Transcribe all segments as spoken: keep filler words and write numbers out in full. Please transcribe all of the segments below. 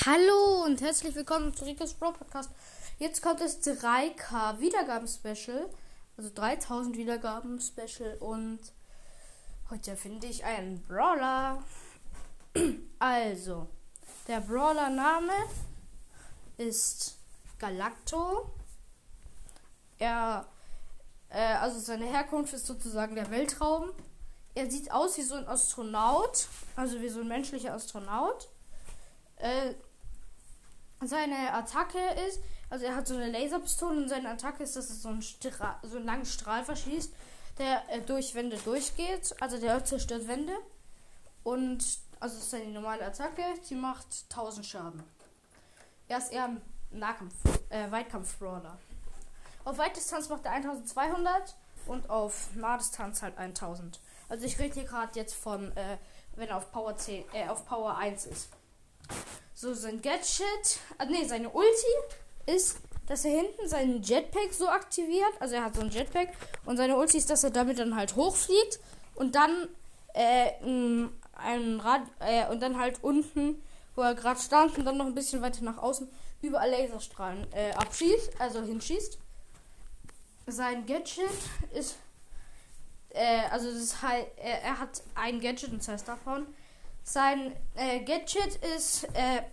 Hallo und herzlich willkommen zu Rico's Brawl Podcast. Jetzt kommt das drei K Wiedergaben-Special, also dreitausend Wiedergaben-Special, und heute finde ich einen Brawler. Also, der Brawler-Name ist Galacto. Er, äh, also seine Herkunft ist sozusagen der Weltraum. Er sieht aus wie so ein Astronaut, also wie so ein menschlicher Astronaut. Äh, seine Attacke ist, also er hat so eine Laserpistole und seine Attacke ist, dass er so einen, Stra- so einen langen Strahl verschießt, der äh, durch Wände durchgeht, also der zerstört Wände. Und also das ist seine normale Attacke, die macht tausend Schaden. Er ist eher ein Nahkampf, äh, Weitkampf-Brawler. Auf Weitdistanz macht er eintausendzweihundert und auf Nahdistanz halt eintausend. Also ich rede hier gerade jetzt von, äh, wenn er auf Power zehn, äh, auf Power eins ist. So, sein Gadget, ah, nee, seine Ulti ist, dass er hinten seinen Jetpack so aktiviert. Also er hat so ein Jetpack und seine Ulti ist, dass er damit dann halt hochfliegt und dann äh, ein Rad, äh, und dann halt unten, wo er gerade stand und dann noch ein bisschen weiter nach außen überall Laserstrahlen äh, abschießt, also hinschießt. Sein Gadget ist, äh, also das ist halt, er, er hat ein Gadget und zwei davon. Sein äh, Gadget ist äh,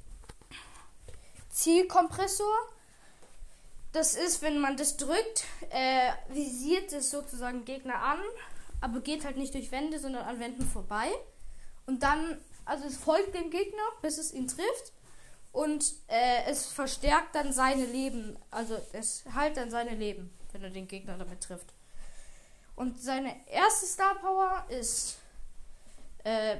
Zielkompressor. Das ist, wenn man das drückt, äh, visiert es sozusagen Gegner an, aber geht halt nicht durch Wände, sondern an Wänden vorbei. Und dann, also es folgt dem Gegner, bis es ihn trifft. Und äh, es verstärkt dann seine Leben, also es heilt dann seine Leben, wenn er den Gegner damit trifft. Und seine erste Star Power ist äh,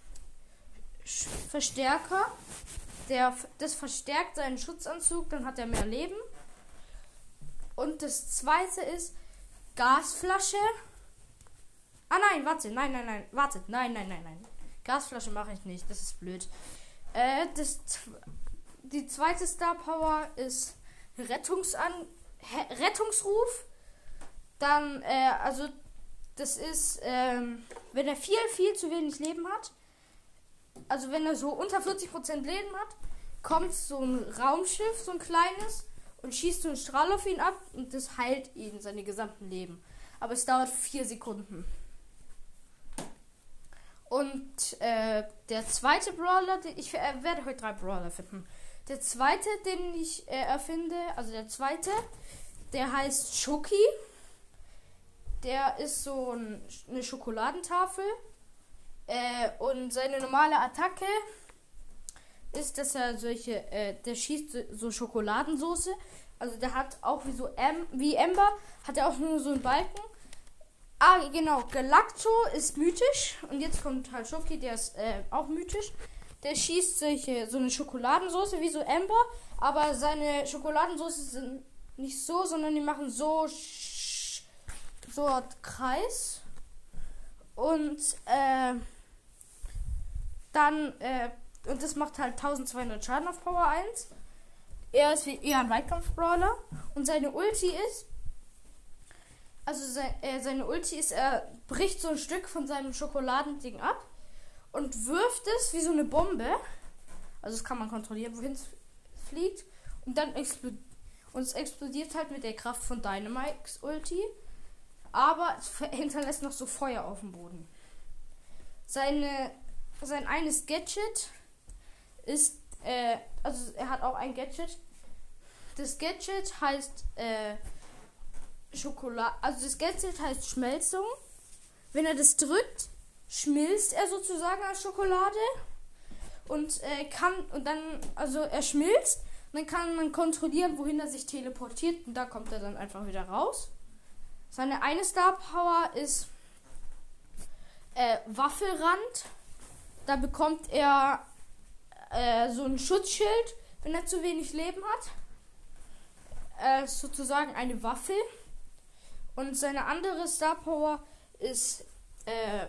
Verstärker. Der, das verstärkt seinen Schutzanzug, dann hat er mehr Leben. Und das zweite ist Gasflasche. Ah nein, warte, nein, nein, nein, wartet, nein, nein, nein, nein. Gasflasche mache ich nicht, das ist blöd. Äh, das, die zweite Star Power ist Rettungsan He- Rettungsruf. Dann, äh, also das ist, ähm, wenn er viel, viel zu wenig Leben hat. Also wenn er so unter vierzig Prozent Leben hat, kommt so ein Raumschiff, so ein kleines, und schießt so einen Strahl auf ihn ab und das heilt ihn seine gesamten Leben. Aber es dauert vier Sekunden. Und äh, der zweite Brawler, den ich äh, werde heute drei Brawler finden. Der zweite, den ich äh, erfinde, also der zweite, der heißt Schoki. Der ist so ein, eine Schokoladentafel. Äh, und seine normale Attacke ist, dass er solche, äh, der schießt so, so Schokoladensoße. Also der hat auch wie so M, wie Ember, hat er auch nur so einen Balken. Ah, genau, Galacto ist mythisch. Und jetzt kommt halt Schoki, der ist äh, auch mythisch. Der schießt solche, so eine Schokoladensoße wie so Ember. Aber seine Schokoladensoße sind nicht so, sondern die machen so, so einen Kreis. Und, äh, dann, äh, und das macht halt eintausendzweihundert Schaden auf Power eins. Er ist wie eher ein Weitkampf-Brawler. Und seine Ulti ist, also sein, äh, seine Ulti ist, er bricht so ein Stück von seinem Schokoladending ab und wirft es wie so eine Bombe. Also das kann man kontrollieren, wohin es fliegt. Und dann explodiert, und es explodiert halt mit der Kraft von Dynamikes Ulti. Aber es hinterlässt noch so Feuer auf dem Boden. Seine, sein eines Gadget ist, äh, also er hat auch ein Gadget. Das Gadget heißt, äh, Schokolade, also das Gadget heißt Schmelzung. Wenn er das drückt, schmilzt er sozusagen als Schokolade. Und äh, kann, und dann, also er schmilzt, und dann kann man kontrollieren, wohin er sich teleportiert. Und da kommt er dann einfach wieder raus. Seine eine Star Power ist äh, Waffelrand. Da bekommt er äh, so ein Schutzschild, wenn er zu wenig Leben hat. Äh, sozusagen eine Waffe. Und seine andere Star Power ist, äh,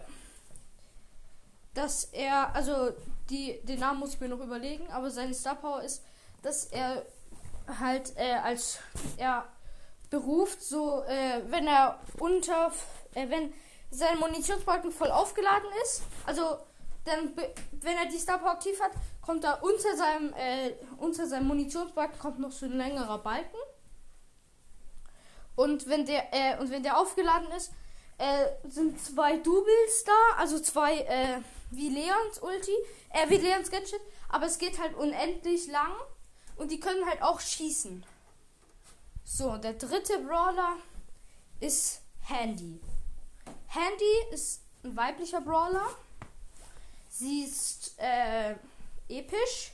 dass er, also die, den Namen muss ich mir noch überlegen, aber seine Star Power ist, dass er halt äh, als er beruft, so, äh, wenn er unter, äh, wenn sein Munitionsbalken voll aufgeladen ist, also dann, wenn er die Star Power aktiv hat, kommt da unter seinem, äh, unter seinem Munitionsbalken kommt noch so ein längerer Balken. Und wenn der, äh, und wenn der aufgeladen ist, äh, sind zwei Doubles da, also zwei, äh, wie Leons Ulti, äh, wie Leons Gadget, aber es geht halt unendlich lang und die können halt auch schießen. So, der dritte Brawler ist Handy. Handy ist ein weiblicher Brawler. Sie ist äh, episch.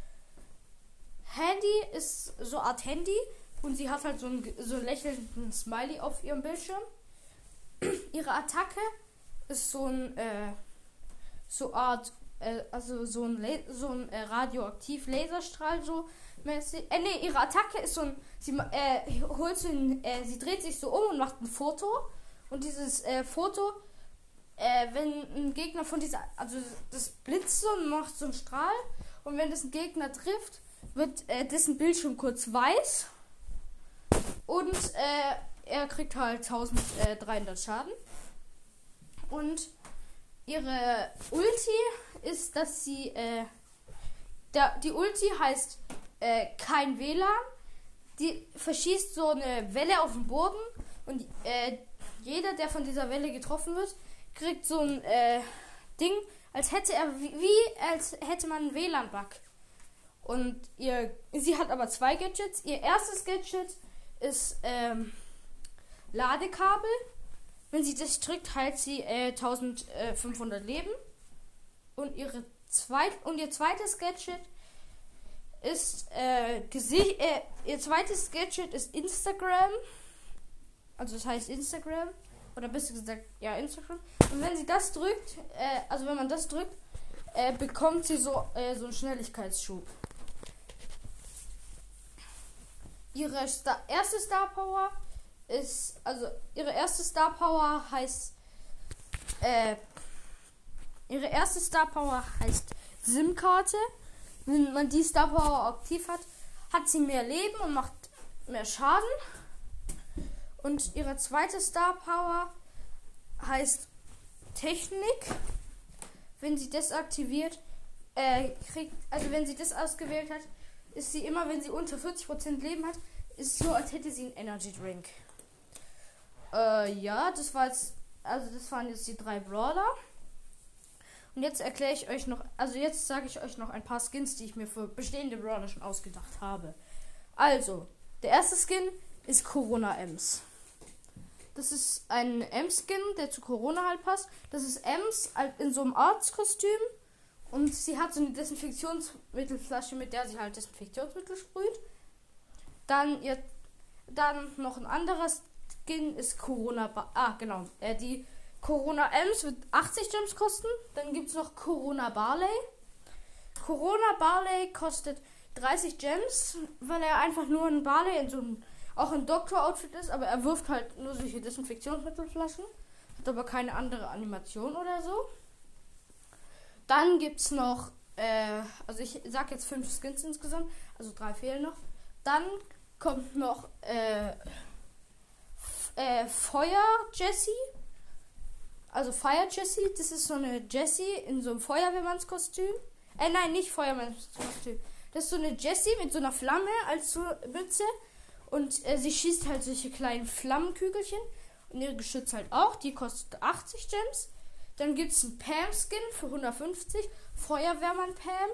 Handy ist so eine Art Handy und sie hat halt so einen so einen lächelnden Smiley auf ihrem Bildschirm. Ihre Attacke ist so ein äh, so Art äh, also so ein Le so ein äh, radioaktiv Laserstrahl so mäßig. Äh, nee, ihre Attacke ist so ein sie äh, holt so ein, äh, sie dreht sich so um und macht ein Foto und dieses äh, Foto äh, wenn ein Gegner von dieser also das blitzt so und macht so einen Strahl und wenn das ein Gegner trifft, wird äh, dessen Bildschirm kurz weiß und äh, er kriegt halt eintausenddreihundert Schaden. Und ihre Ulti ist, dass sie, äh, der, die Ulti heißt äh, kein W L A N. Die verschießt so eine Welle auf den Boden und äh, jeder, der von dieser Welle getroffen wird, kriegt so ein äh, Ding, als hätte er, wie, wie als hätte man einen W L A N-Bug. Und ihr, sie hat aber zwei Gadgets. Ihr erstes Gadget ist, ähm, Ladekabel. Wenn sie das drückt, heilt sie äh, eintausendfünfhundert Leben. Und ihre zweit und ihr zweites Gadget ist äh, Gesicht, äh, ihr zweites Gadget ist Instagram. Also das heißt Instagram. Oder besser gesagt, ja, Instagram. Und wenn sie das drückt, äh, also wenn man das drückt, äh, bekommt sie so, äh, so einen Schnelligkeitsschub. Ihre Star erste Star Power ist, also ihre erste Star Power heißt, äh, ihre erste Star Power heißt SIM-Karte. Wenn man die Star Power aktiv hat, hat sie mehr Leben und macht mehr Schaden. Und ihre zweite Star Power heißt Technik. Wenn sie das aktiviert, äh, kriegt, also wenn sie das ausgewählt hat, ist sie immer, wenn sie unter vierzig Prozent Leben hat, ist so, als hätte sie einen Energy Drink. Äh, ja, das war jetzt, also das waren jetzt die drei Brawler. Und jetzt erkläre ich euch noch, also jetzt sage ich euch noch ein paar Skins, die ich mir für bestehende Brawler schon ausgedacht habe. Also, der erste Skin ist Corona Ems. Das ist ein Ems-Skin, der zu Corona halt passt. Das ist Ems in so einem Arztkostüm. Und sie hat so eine Desinfektionsmittelflasche, mit der sie halt Desinfektionsmittel sprüht. Dann, ihr, dann noch ein anderer Skin ist Corona. Ba- ah, genau. Äh, die Corona Ems wird achtzig Gems kosten. Dann gibt es noch Corona Barley. Corona Barley kostet dreißig Gems, weil er einfach nur ein Barley in so einem, auch ein Doktor-Outfit ist, aber er wirft halt nur solche Desinfektionsmittelflaschen. Hat aber keine andere Animation oder so. Dann gibt es noch, äh, also ich sag jetzt fünf Skins insgesamt, also drei fehlen noch. Dann kommt noch äh, F- äh, Feuer Jessie. Also Fire Jessie, das ist so eine Jessie in so einem Feuerwehrmannskostüm. Äh, nein, nicht Feuerwehrmannskostüm. Das ist so eine Jessie mit so einer Flamme als so Mütze. Und äh, sie schießt halt solche kleinen Flammenkügelchen. Und ihre Geschütz halt auch. Die kostet achtzig Gems. Dann gibt es einen Pam-Skin für hundertfünfzig. Feuerwehrmann Pam.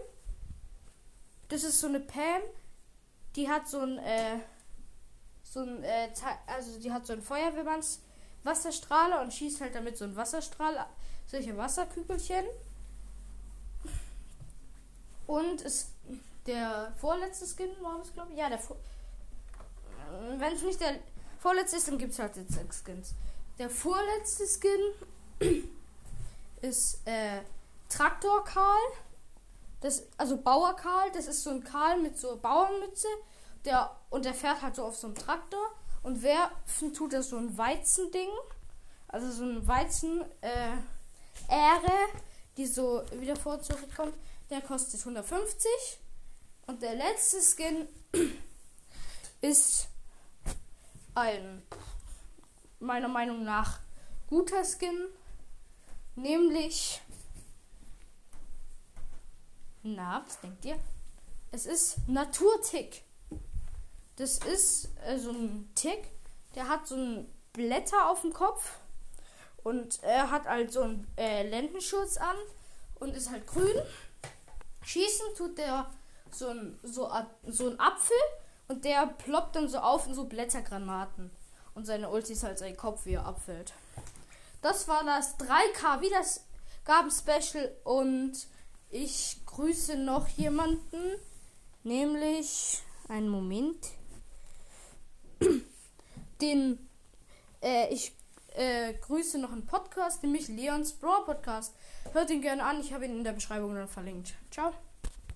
Das ist so eine Pam. Die hat so ein, äh, so ein, äh, also die hat so einen Feuerwehrmanns Wasserstrahler und schießt halt damit so einen Wasserstrahl, solche Wasserkügelchen. Und es, der vorletzte Skin war das, glaube ich. Ja, der vor, wenn es nicht der vorletzte ist, dann gibt es halt jetzt sechs Skins. Der vorletzte Skin ist äh, Traktor Karl. Das, also Bauer Karl, das ist so ein Karl mit so Bauernmütze. Der, und der fährt halt so auf so einem Traktor. Und werfen tut er so ein Weizending. Also so ein Weizen äh, Ähre, die so wieder vor zurückkommt. Der kostet hundertfünfzig. Und der letzte Skin ist ein, meiner Meinung nach, guter Skin. Nämlich Na, was denkt ihr? Es ist Naturtick. Das ist äh, so ein Tick, der hat so ein Blätter auf dem Kopf und er hat halt so einen äh, Lendenschutz an und ist halt grün. Schießen tut der so ein, so, so ein Apfel und der ploppt dann so auf in so Blättergranaten. Und seine Ulti ist halt sein Kopf, wie er abfällt. Das war das drei K Wiedergaben-Special und ich grüße noch jemanden, nämlich, einen Moment, den, äh, ich äh, grüße noch einen Podcast, nämlich Leons Brawl Podcast. Hört ihn gerne an, ich habe ihn in der Beschreibung dann verlinkt. Ciao.